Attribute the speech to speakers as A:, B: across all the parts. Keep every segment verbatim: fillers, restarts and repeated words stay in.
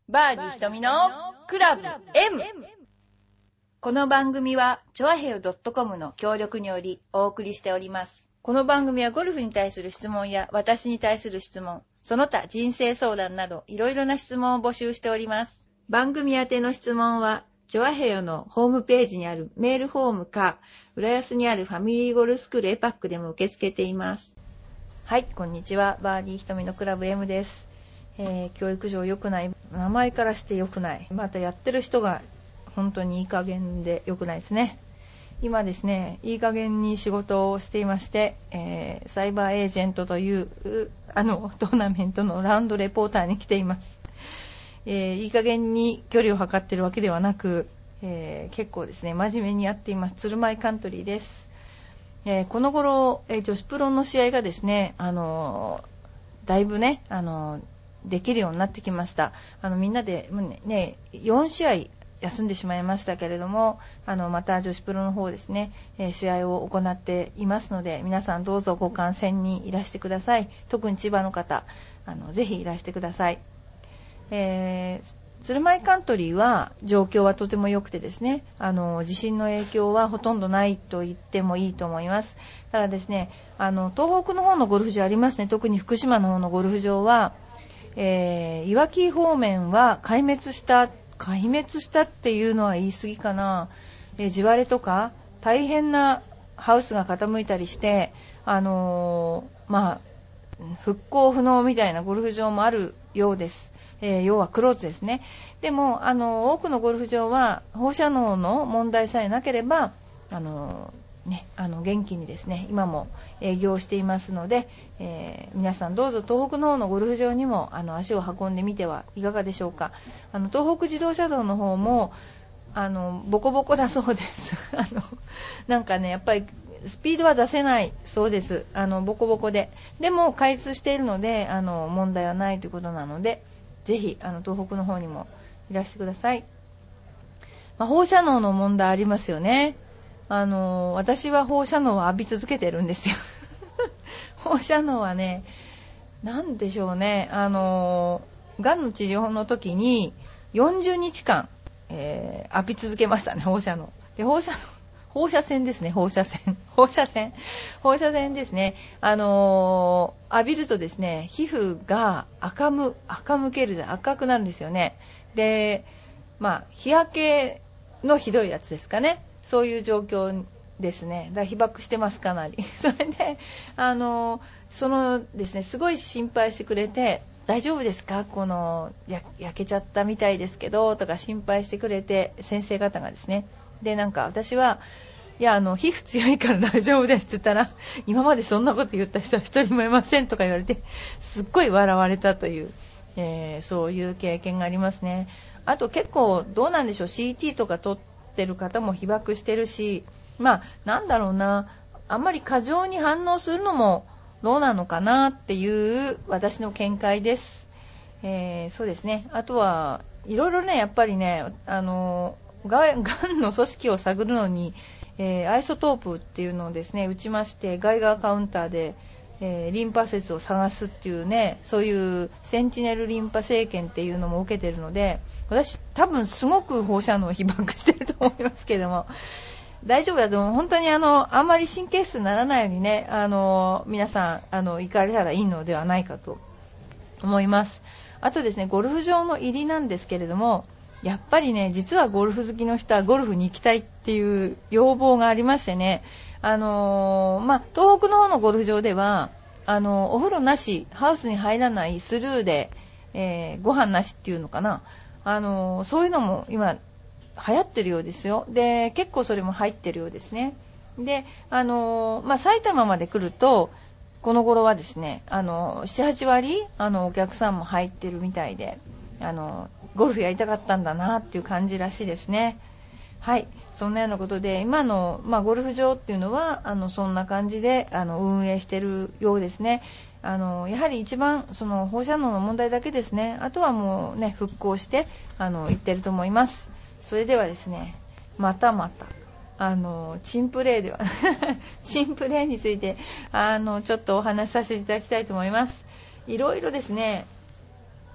A: バーディー瞳のクラブ M。 この番組はチョアヘヨ .com の協力によりお送りしております。この番組はゴルフに対する質問や私に対する質問、その他人生相談などいろいろな質問を募集しております。番組宛ての質問はチョアヘヨのホームページにあるメールフォームか、浦安にあるファミリーゴルフスクールエパックでも受け付けています。はい、こんにちは。バーディー瞳のクラブ M です。えー、教育上良くない、名前からして良くない、またやってる人が本当にいい加減で良くないですね。今ですね、いい加減に仕事をしていまして、えー、サイバーエージェントというあのトーナメントのラウンドレポーターに来ています。えー、いい加減に距離を測っているわけではなく、えー、結構ですね真面目にやっています。鶴舞カントリーです。えー、この頃、えー、女子プロの試合がですね、あのー、だいぶね、あのーできるようになってきました。あのみんなで、ね、よんしあい休んでしまいましたけれども、あのまた女子プロの方ですね、えー、試合を行っていますので、皆さんどうぞご観戦にいらしてください。特に千葉の方、あのぜひいらしてください。えー、鶴舞カントリーは状況はとても良くてですね、あの地震の影響はほとんどないと言ってもいいと思います。ただですね、あの東北の方のゴルフ場ありますね。特に福島の方のゴルフ場はえー、いわき方面は壊滅した壊滅したっていうのは言い過ぎかな、えー、地割れとか大変なハウスが傾いたりして、あのー、まあ復興不能みたいなゴルフ場もあるようです。えー、要はクローズですね。でも、あのー、多くのゴルフ場は放射能の問題さえなければ、あのーね、あの元気にですね今も営業していますので、えー、皆さんどうぞ東北の方のゴルフ場にもあの足を運んでみてはいかがでしょうか。あの東北自動車道の方もあのボコボコだそうですあのなんかねやっぱりスピードは出せないそうです。あのボコボコででも開通しているのであの問題はないということなので、ぜひあの東北の方にもいらしてください。まあ、放射能の問題ありますよね。あの私は放射能を浴び続けてるんですよ放射能はね、なんでしょうね、あのがんの治療の時によんじゅうにちかん、えー、浴び続けましたね。放射能で放射能放射線ですね。放射線放射線放射線ですね。あのー、浴びるとですね皮膚が赤む赤むける赤くなるんですよね。で、まあ日焼けのひどいやつですかね。そういう状況ですね。だから被爆してますかなりそれであのそのですねすごい心配してくれて、大丈夫ですか、このや焼けちゃったみたいですけどとか心配してくれて、先生方がですね。でなんか私はいやあの皮膚強いから大丈夫ですって言ったら、今までそんなこと言った人は一人もいませんとか言われて、すっごい笑われたという、えー、そういう経験がありますね。あと結構どうなんでしょう、 シーティー とか取ってる方も被爆してるし、まあなんだろうな、あんまり過剰に反応するのもどうなのかなっていう私の見解です。えー、そうですね。あとはいろいろね、やっぱりね、あのがんの組織を探るのに、えー、アイソトープっていうのをですね打ちまして、ガイガーカウンターで、えー、リンパ節を探すっていうね、そういうセンチネルリンパ生検っていうのも受けてるので、私多分すごく放射能を被爆してると思いますけども、大丈夫だと思う。本当にあのあんまり神経質にならないようにね、あの皆さんあの行かれたらいいのではないかと思います。あとですね、ゴルフ場の入りなんですけれども、やっぱりね、実はゴルフ好きの人はゴルフに行きたいっていう要望がありましてね、あのーまあ、東北の方のゴルフ場ではあのー、お風呂なし、ハウスに入らないスルーで、えー、ご飯なしっていうのかな、あのー、そういうのも今流行ってるようですよ。で、結構それも入ってるようですね。で、あのまあ、埼玉まで来るとこの頃はですね、あのなな、はちわりあのお客さんも入ってるみたいで、あのゴルフやりたかったんだなっていう感じらしいですね。はい、そんなようなことで今の、まあ、ゴルフ場っていうのはあのそんな感じであの運営してるようですね。あのやはり一番その放射能の問題だけですね。あとはもうね復興してあの行ってると思います。それではですね、またまたあのチンプレーではチンプレーについてあのちょっとお話しさせていただきたいと思います。いろいろですね、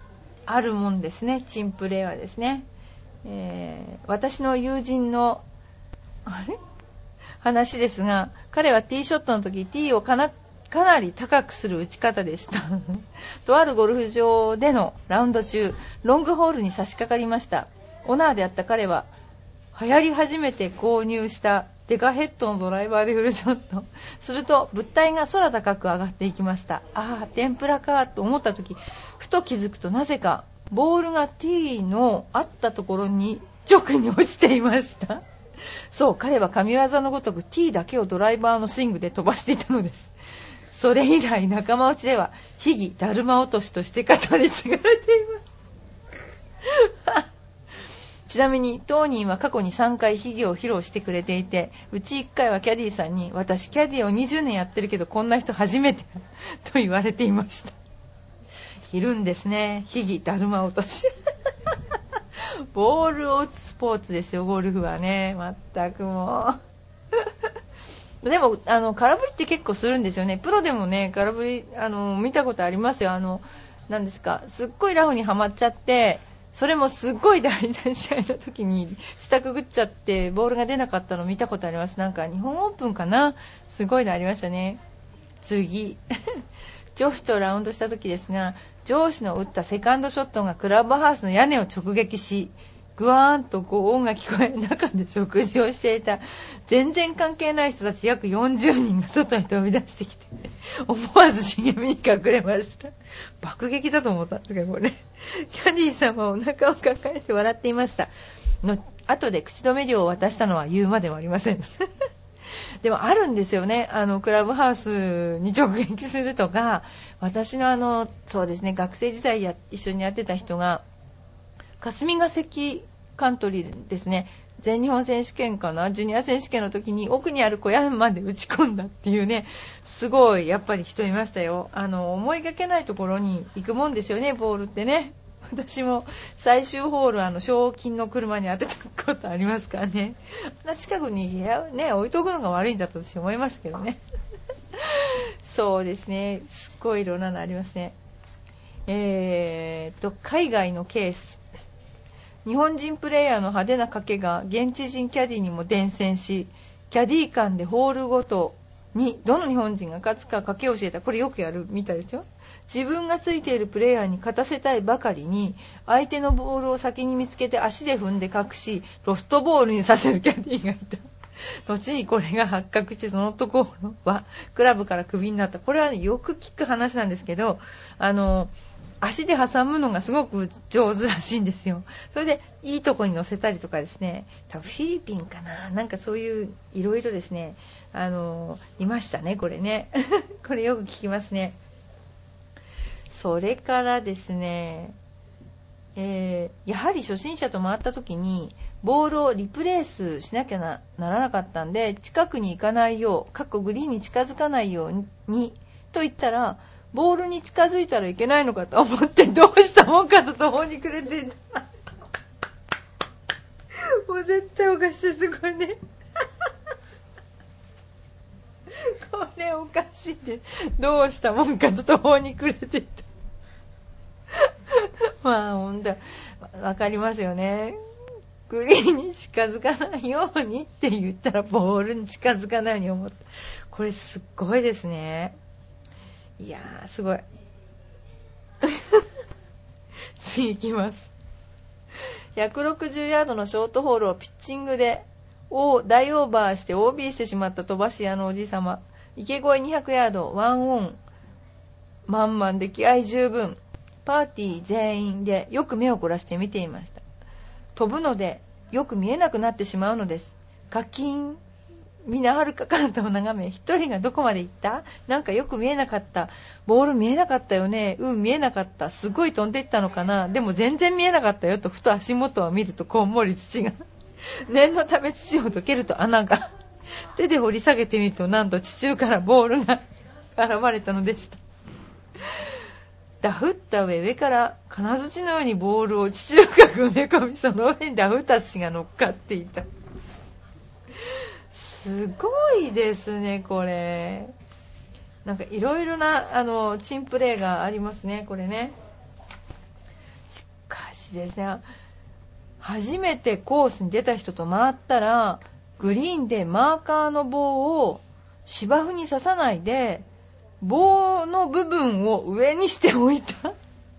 A: あるもんですね、チンプレーはですね。えー、私の友人のあれ話ですが、彼はティーショットの時ティーをかなかなり高くする打ち方でしたとあるゴルフ場でのラウンド中、ロングホールに差し掛かりました。オナーであった彼は流行り始めて購入したデカヘッドのドライバーでフルショットすると物体が空高く上がっていきました。ああ、天ぷらかと思った時、ふと気づくとなぜかボールがティーのあったところに直に落ちていました。そう、彼は神業のごとくティーだけをドライバーのスイングで飛ばしていたのです。それ以来仲間内では秘技だるま落としとして語り継がれていますちなみに当人は過去にさんかい秘技を披露してくれていて、うちいっかいはキャディーさんに、私キャディーをにじゅうねんやってるけどこんな人初めてと言われていました。いるんですね、秘技だるま落としボールを打つスポーツですよ、ゴルフはね。全くもうでもあの空振りって結構するんですよね。プロでもね、空振りあの見たことありますよ。あのなんですか、すっごいラフにはまっちゃって、それもすっごい大事な試合の時に下くぐっちゃってボールが出なかったの見たことあります。なんか日本オープンかな、すごいのありましたね。次上司とラウンドした時ですが、上司の打ったセカンドショットがクラブハウスの屋根を直撃し、グワーンとこう音が聞こえ、中で食事をしていた全然関係ない人たち約よんじゅうにんが外に飛び出してきて、思わず茂みに隠れました。爆撃だと思ったんですけど、これキャディーさんはお腹を抱えて笑っていましたの。後で口止め料を渡したのは言うまでもありませんでもあるんですよね、あのクラブハウスに直撃するとか。私のあのそうですね、学生時代や一緒にやってた人が霞ヶ関カントリーですね、全日本選手権かな、ジュニア選手権の時に奥にある小屋まで打ち込んだっていうね、すごいやっぱり人いましたよ。あの思いがけないところに行くもんですよね、ボールってね。私も最終ホールあの賞金の車に当てたことありますからね。あんな近くに部屋、ね、置いとくのが悪いんだと私思いましたけどねそうですね、すっごいいろんなのありますね。えー、と海外のケース、日本人プレイヤーの派手な賭けが現地人キャディにも伝染し、キャディ間でホールごとにどの日本人が勝つか賭けを教えた。これよくやるみたいですよ。自分がついているプレイヤーに勝たせたいばかりに相手のボールを先に見つけて足で踏んで隠し、ロストボールにさせるキャディがいた。後にこれが発覚して、その男はクラブからクビになった。これは、ね、よく聞く話なんですけど、あの足で挟むのがすごく上手らしいんですよ。それでいいとこに乗せたりとかですね、多分フィリピンかな、なんかそういういろいろですね、あのいましたね、これねこれよく聞きますね。それからですね、えー、やはり初心者と回った時にボールをリプレースしなきゃ な, ならなかったんで、近くに行かないよう、かっこグリーンに近づかないようにと言ったら、ボールに近づいたらいけないのかと思ってどうしたもんかと途方に暮れていたもう絶対おかしいです、これねこれおかしいで、どうしたもんかと途方に暮れていたまあほんとわかりますよね。グリーンに近づかないようにって言ったらボールに近づかないように思った。これすっごいですね。いやーすごい次いきます。ひゃくろくじゅうヤードのショートホールをピッチングで大オーバーして オービー してしまった飛ばし屋のおじさま。池越えにひゃくヤード、ワンオン満々で気合十分。パーティー全員でよく目を凝らして見ていました。飛ぶのでよく見えなくなってしまうのです。カキン、みんなはるか彼方を眺め、一人がどこまで行った？なんかよく見えなかった。ボール見えなかったよね。うん、見えなかった。すごい飛んでいったのかな。でも全然見えなかったよと、ふと足元を見るとこんもり土が。念のため土をどけると穴が。手で掘り下げてみると、なんと地中からボールが現れたのでした。ダフった上、上から金槌のようにボールを地中深く埋め込み、その上にダフった土が乗っかっていた。すごいですね、これ。なんかいろいろなあのチンプレーがありますね、これね。し日ですね、初めてコースに出た人と回ったら、グリーンでマーカーの棒を芝生に刺さないで、棒の部分を上にしておいた。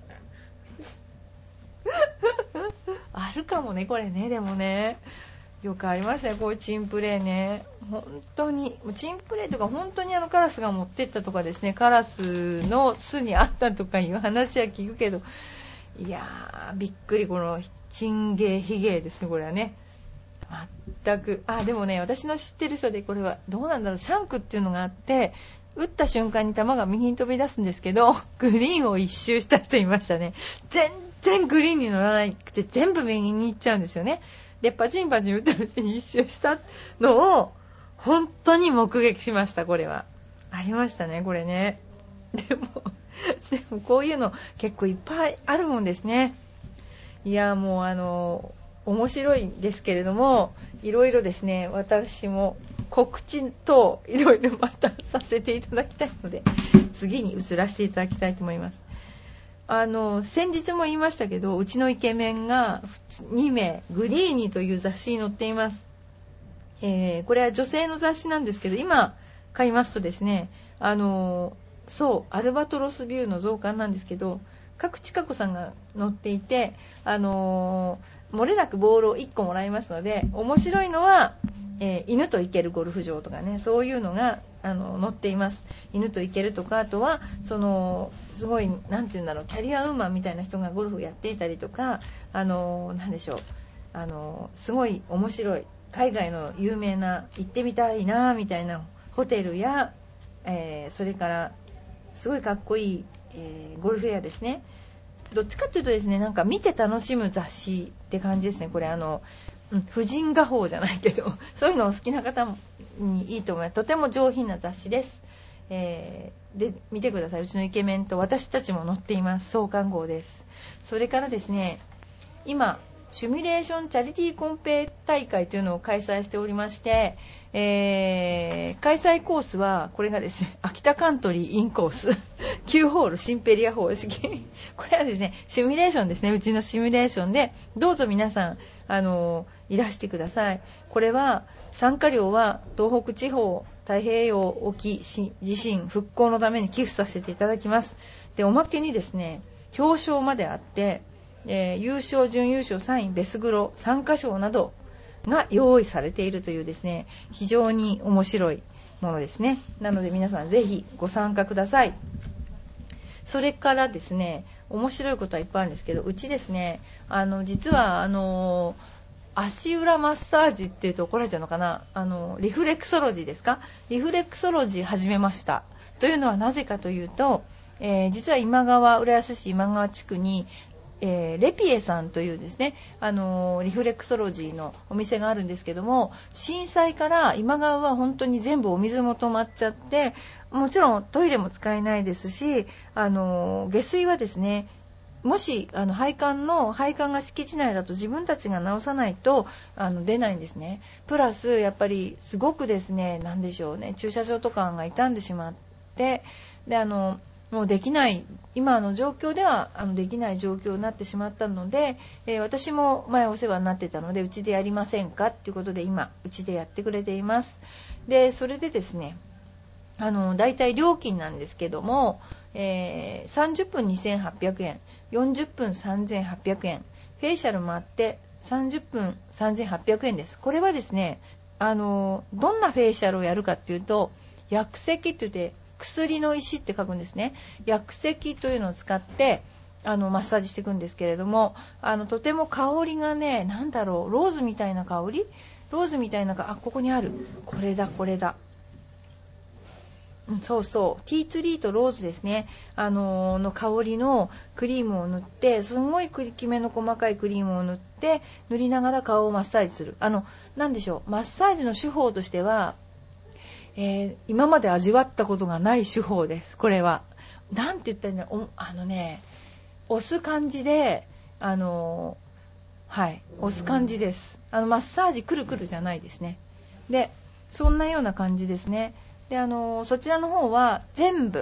A: あるかもね、これね。でもね、よくありますね、こういう珍プレーね。本当に珍プレーとか、本当にあのカラスが持ってったとかですね、カラスの巣にあったとかいう話は聞くけど、いやーびっくり、このチンゲーヒゲーですね、これはね。全く。あ、でもね、私の知ってる人で、これはどうなんだろう、シャンクっていうのがあって、打った瞬間に球が右に飛び出すんですけど、グリーンを一周した人いましたね。全然グリーンに乗らなくて、全部右に行っちゃうんですよね。で、パチンパチン打ったうちに一周したのを本当に目撃しました。これはありましたね、これね。でもでもこういうの結構いっぱいあるもんですね。いや、もうあの面白いんですけれども、いろいろですね、私も告知といろいろまたさせていただきたいので、次に移らせていただきたいと思います。あの先日も言いましたけど、うちのイケメンがにめいグリーニという雑誌に載っています。えー、これは女性の雑誌なんですけど、今買いますとですね、あのそうアルバトロスビューの増刊なんですけど、角千佳子さんが載っていて、あの漏れなくボールをいっこもらいますので、面白いのは、えー、犬と行けるゴルフ場とかね、そういうのがあの載っています。犬と行けるとか、あとはそのすごいなんていうんだろう、キャリアウーマンみたいな人がゴルフをやっていたりとか、あのなんでしょう、あのすごい面白い海外の有名な行ってみたいなみたいなホテルや、えー、それからすごいかっこいい、えー、ゴルフウェアですね。どっちかというとですね、なんか見て楽しむ雑誌って感じですね。これあの、うん、婦人画報じゃないけどそういうのを好きな方にいいと思います。とても上品な雑誌です。えー、で見てください。うちのイケメンと私たちも載っています。創刊号です。それからですね、今シミュレーションチャリティーコンペ大会というのを開催しておりまして、えー、開催コースはこれがですね、秋田カントリーインコースきゅうホールシンペリア方式これはですね、シミュレーションですね。うちのシミュレーションでどうぞ皆さんあのいらしてください。これは参加料は東北地方太平洋沖地震復興のために寄付させていただきます。で、おまけにですね、表彰まであって、えー、優勝準優勝さんいベスグロ参加賞などが用意されているというですね、非常に面白いものですね。なので皆さんぜひご参加ください。それからですね、面白いことはいっぱいあるんですけど、うちですね、あの実はあの足裏マッサージっていうと怒られちゃうのかな、あのリフレクソロジーですか、リフレクソロジー始めました。というのはなぜかというと、えー、実は今川浦安市今川地区にえー、レピエさんというですね、あのー、リフレクソロジーのお店があるんですけども、震災から今川は本当に全部お水も止まっちゃって、もちろんトイレも使えないですし、あのー、下水はですね、もしあの配管の配管が敷地内だと自分たちが直さないとあの出ないんですね。プラスやっぱりすごくですね、なんでしょうね、駐車場とかが傷んでしまって、であのもうできない今の状況ではあのできない状況になってしまったので、えー、私も前お世話になってたので、うちでやりませんかっていうことで今うちでやってくれています。でそれでですね、あのだいたい料金なんですけども、えー、さんじゅっぷんにせんはっぴゃくえん、よんじゅっぷんさんぜんはっぴゃくえん、フェイシャルもあってさんじゅっぷんさんぜんはっぴゃくえんです。これはですね、あのどんなフェイシャルをやるかっていうと、薬石って言って薬の石って書くんですね。薬石というのを使ってあのマッサージしていくんですけれども、あのとても香りがね、なんだろう、ローズみたいな香り、ローズみたいなか、あ、ここにある、これだこれだ、うん、そうそう、ティーツリーとローズですね、あのー、の香りのクリームを塗って、すごいきめの細かいクリームを塗って塗りながら顔をマッサージする。あのなんでしょう、マッサージの手法としては、えー、今まで味わったことがない手法です。これはなんて言ったらいいんだ、おあのね、押す感じで、あのー、はい、押す感じです。あのマッサージくるくるじゃないですね。でそんなような感じですね。であのー、そちらの方は全部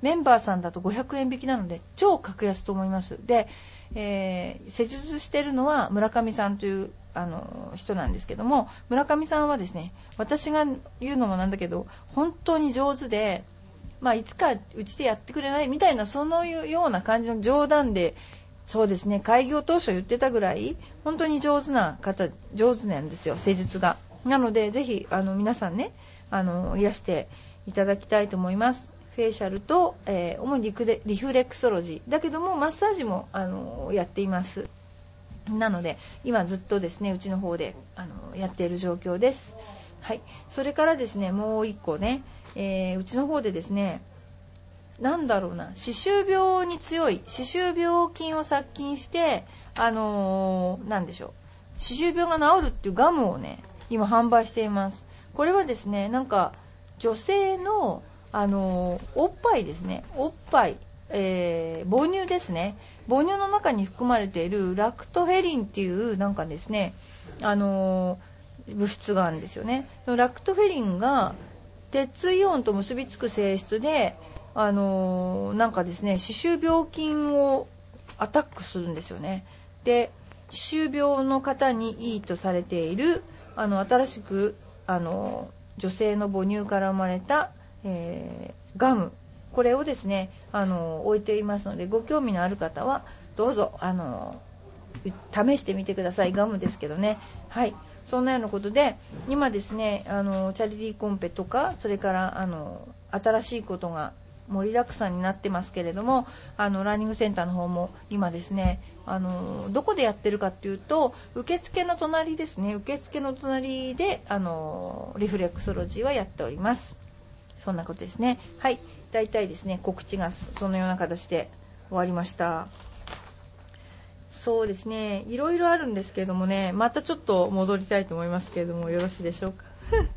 A: メンバーさんだとごひゃくえん引きなので超格安と思います。で、えー、施術しているのは村上さんというあの人なんですけども、村上さんはですね、私が言うのもなんだけど本当に上手で、まあ、いつかうちでやってくれないみたいな、そのような感じの冗談で、そうですね、開業当初言ってたぐらい本当に上手な方、上手なんですよ、施術が。なのでぜひあの皆さんね、あの癒していただきたいと思います。フェイシャルと、えー、主にリフレクソロジーだけどもマッサージもあのやっています。なので今ずっとですね、うちの方であのやっている状況です。はい。それからですね、もう一個ね、えー、うちの方でですね、なんだろうな、歯周病に強い歯周病菌を殺菌して、あのー、なんでしょう、歯周病が治るっていうガムをね今販売しています。これはですね、なんか女性のあのおっぱいですね、おっぱい、えー、母乳ですね、母乳の中に含まれているラクトフェリンっていうなんかですね、あのー、物質があるんですよね。ラクトフェリンが鉄イオンと結びつく性質で、あのー、なんかですね、歯周病菌をアタックするんですよね。で、歯周病の方にいいとされているあの新しくあの女性の母乳から生まれたえー、ガム、これをですねあの置いていますので、ご興味のある方はどうぞあの試してみてください。ガムですけどね。はい、そんなようなことで今ですね、あのチャリティーコンペとか、それからあの新しいことが盛りだくさんになってますけれども、あのランニングセンターの方も今ですね、あのどこでやってるかっていうと、受付の隣ですね、受付の隣であのリフレクソロジーはやっております。そんなことですね。はい、だいたいですね、告知がそのような形で終わりました。そうですね、いろいろあるんですけれどもね、またちょっと戻りたいと思いますけれども、よろしいでしょうか。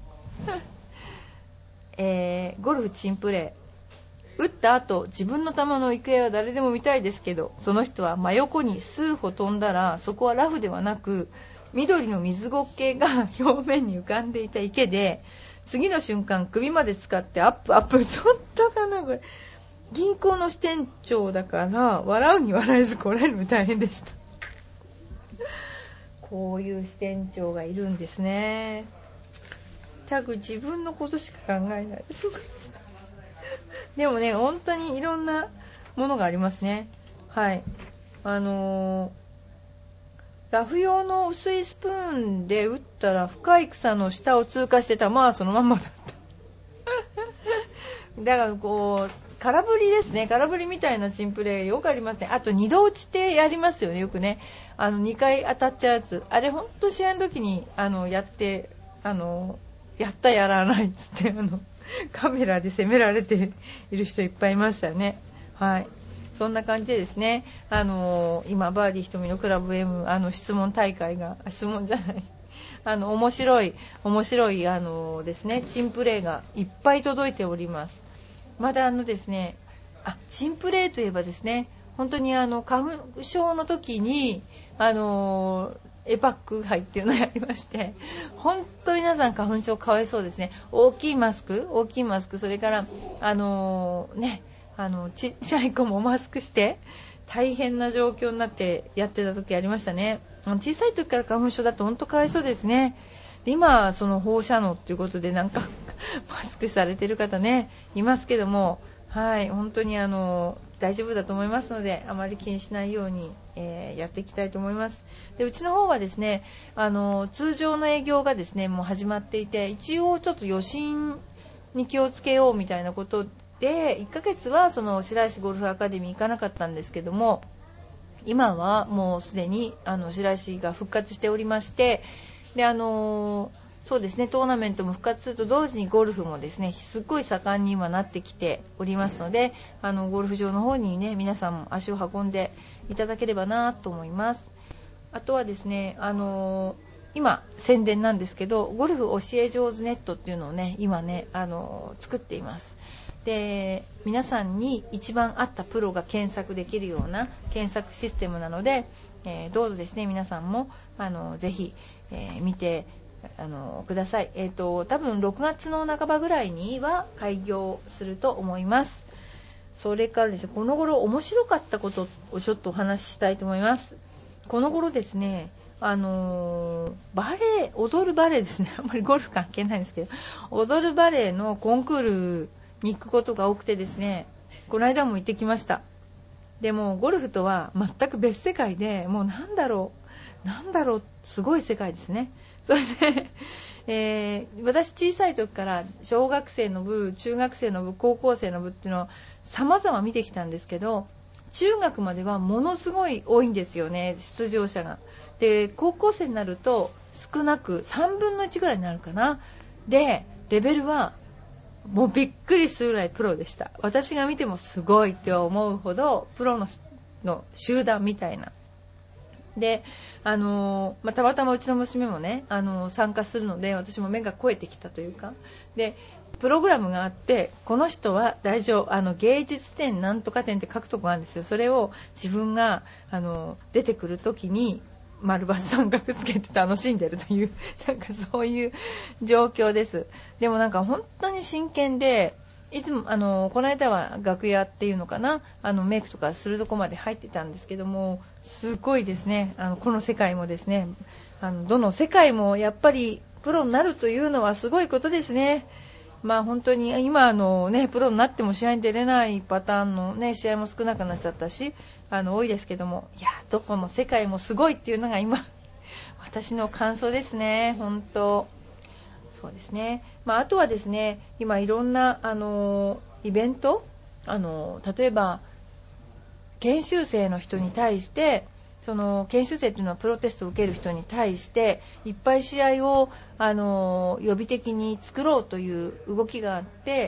A: えー、ゴルフチンプレー、打った後自分の球の行方は誰でも見たいですけど、その人は真横に数歩飛んだら、そこはラフではなく緑の水ゴッケが表面に浮かんでいた池で、次の瞬間首まで使ってアップアップ、ちょっとかな、これ銀行の支店長だから笑うに笑えずこらえるみたいでした。こういう支店長がいるんですね。たぶん自分のことしか考えないです。でもね、本当にいろんなものがありますね。はい、あのーラフ用の薄いスプーンで打ったら深い草の下を通過してた。まあそのまんまだっただからこう空振りですね、空振りみたいなチンプレーよくありますね。あと二度打ちってやりますよね、よくね。あのにかい当たっちゃうやつ、あれほんと試合の時にあのやってあのやったやらないっつってあのカメラで責められている人いっぱいいましたよね。はい、そんな感じでですね、あのー、今バーディー瞳のクラブ M あの質問大会が、質問じゃないあの面白い面白いあのー、ですねチンプレーがいっぱい届いております。まだあのですね、あチンプレーといえばですね、本当にあの花粉症の時にあのー、エパック杯っていうのをやりまして、本当に皆さん花粉症かわいそうですね。大きいマスク大きいマスクそれからあのねあのちっちゃい子もマスクして大変な状況になってやってた時ありましたね。小さい時から花粉症だと本当かわいそうですね。で今その放射能っていうことでなんかマスクされてる方ねいますけども、はい本当にあの大丈夫だと思いますので、あまり気にしないように、えー、やっていきたいと思います。でうちの方はですね、あの通常の営業がですねもう始まっていて、一応ちょっと余震に気をつけようみたいなことでいっかげつはその白石ゴルフアカデミー行かなかったんですけども、今はもうすでにあの白石が復活しておりまして、であのそうですね、トーナメントも復活すると同時にゴルフもですねすっごい盛んに今なってきておりますので、あのゴルフ場の方にね皆さんも足を運んでいただければなと思います。あとはですね、あの今宣伝なんですけど、ゴルフ教え上手ネットっていうのをね今ねあの作っています。で皆さんに一番合ったプロが検索できるような検索システムなので、えー、どうぞですね皆さんもあのぜひ、えー、見てあのください。えーと多分ろくがつの半ばぐらいには開業すると思います。 それからですね、この頃面白かったことをちょっとお話ししたいと思います。この頃ですね、あのー、バレエ、踊るバレエですね。あんまりゴルフ関係ないんですけど、踊るバレエのコンクールに行くことが多くてですね、この間も行ってきました。でもゴルフとは全く別世界で、もうなんだろう、なんだろう、すごい世界ですね。それで、えー、私小さい時から小学生の部、中学生の部、高校生の部っていうのを様々見てきたんですけど、中学まではものすごい多いんですよね、出場者が。で、高校生になると少なくさんぶんのいちぐらいになるかな。で、レベルはもうびっくりするぐらいプロでした。私が見てもすごいって思うほどプロの、の集団みたいな。で、あのーまあ、たまたまうちの娘もね、あのー、参加するので、私も目が肥えてきたというか、でプログラムがあって、この人は大丈夫、あの芸術点なんとか点って書くとこがあるんですよ。それを自分が、あのー、出てくるときに丸×三角つけて楽しんでるという、なんかそういう状況です。でもなんか本当に真剣で、いつもあのこの間は楽屋っていうのかな、あのメイクとかするとこまで入ってたんですけども、すごいですね。あのこの世界もですね、あのどの世界もやっぱりプロになるというのはすごいことですね。まあ本当に今のね、プロになっても試合に出れないパターンのね、試合も少なくなっちゃったし、あの多いですけども、いや、どこの世界もすごいっていうのが今私の感想ですね。本当そうですね。まあ、あとはですね、今いろんなあのイベント、あの例えば研修生の人に対して、その研修生というのはプロテストを受ける人に対していっぱい試合をあの予備的に作ろうという動きがあって、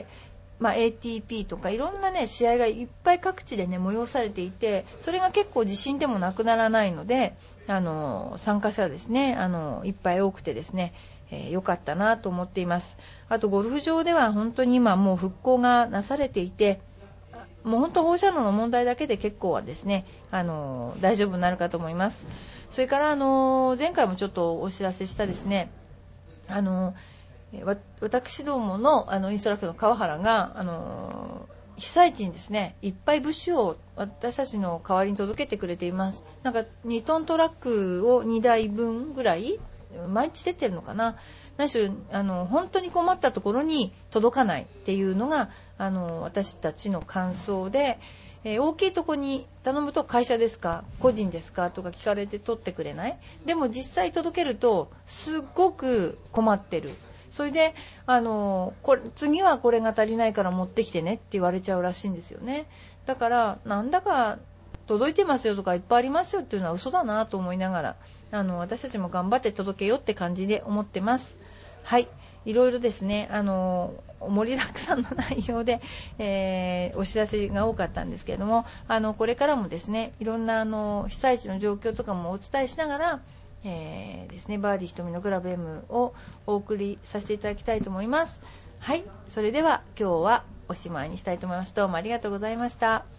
A: まあ、エーティーピー とかいろんな、ね、試合がいっぱい各地で、ね、催されていて、それが結構自信でもなくならないので、あの参加者ですね、あのいっぱい多くてですね、えー、良かったなと思っています。あとゴルフ場では本当に今もう復興がなされていて、もう本当放射能の問題だけで結構はですね、あの大丈夫になるかと思います。それからあの前回もちょっとお知らせしたですね、あの私ども の, あのインストラクターの川原があの被災地にですね、いっぱい物資を私たちの代わりに届けてくれています。なんかにトントラックをにだいぶんぐらい毎日出てるのかな。何しろあの本当に困ったところに届かないっていうのがあの私たちの感想で、えー、大きいところに頼むと会社ですか個人ですかとか聞かれて取ってくれない。でも実際届けるとすっごく困ってる。それであのこれ次はこれが足りないから持ってきてねって言われちゃうらしいんですよね。だからなんだか届いてますよとかいっぱいありますよっていうのは嘘だなと思いながら、あの私たちも頑張って届けようって感じで思ってます。はい、いろいろですね、あの盛りだくさんの内容で、えー、お知らせが多かったんですけれども、あのこれからもですね、いろんなあの被災地の状況とかもお伝えしながら、えー、ですね、バーディーひとみのクラブ M をお送りさせていただきたいと思います。はい、それでは今日はおしまいにしたいと思います。どうもありがとうございました。